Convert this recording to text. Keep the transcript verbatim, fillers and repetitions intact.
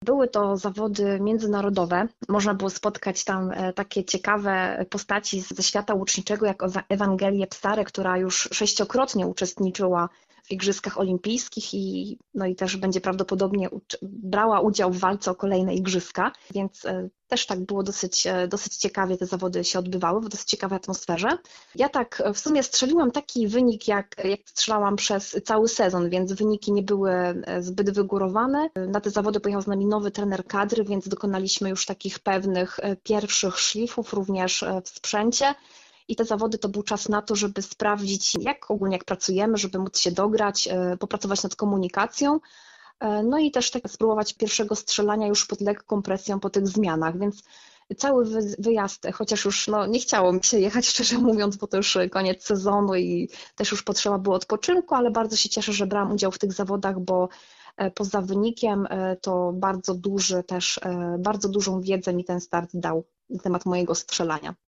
Były to zawody międzynarodowe. Można było spotkać tam takie ciekawe postaci ze świata łuczniczego, jak Ewangelię Psarę, która już sześciokrotnie uczestniczyła w Igrzyskach Olimpijskich i, no i też będzie prawdopodobnie brała udział w walce o kolejne igrzyska, więc też tak było dosyć, dosyć ciekawie te zawody się odbywały, w dosyć ciekawej atmosferze. Ja tak w sumie strzeliłam taki wynik, jak, jak strzelałam przez cały sezon, więc wyniki nie były zbyt wygórowane. Na te zawody pojechał z nami nowy trener kadry, więc dokonaliśmy już takich pewnych pierwszych szlifów również w sprzęcie. I te zawody to był czas na to, żeby sprawdzić, jak ogólnie jak pracujemy, żeby móc się dograć, popracować nad komunikacją. No i też tak spróbować pierwszego strzelania już pod lekką presją po tych zmianach, więc cały wyjazd, chociaż już no, nie chciało mi się jechać, szczerze mówiąc, bo to już koniec sezonu i też już potrzeba było odpoczynku, ale bardzo się cieszę, że brałam udział w tych zawodach, bo poza wynikiem to bardzo duży też, bardzo dużą wiedzę mi ten start dał na temat mojego strzelania.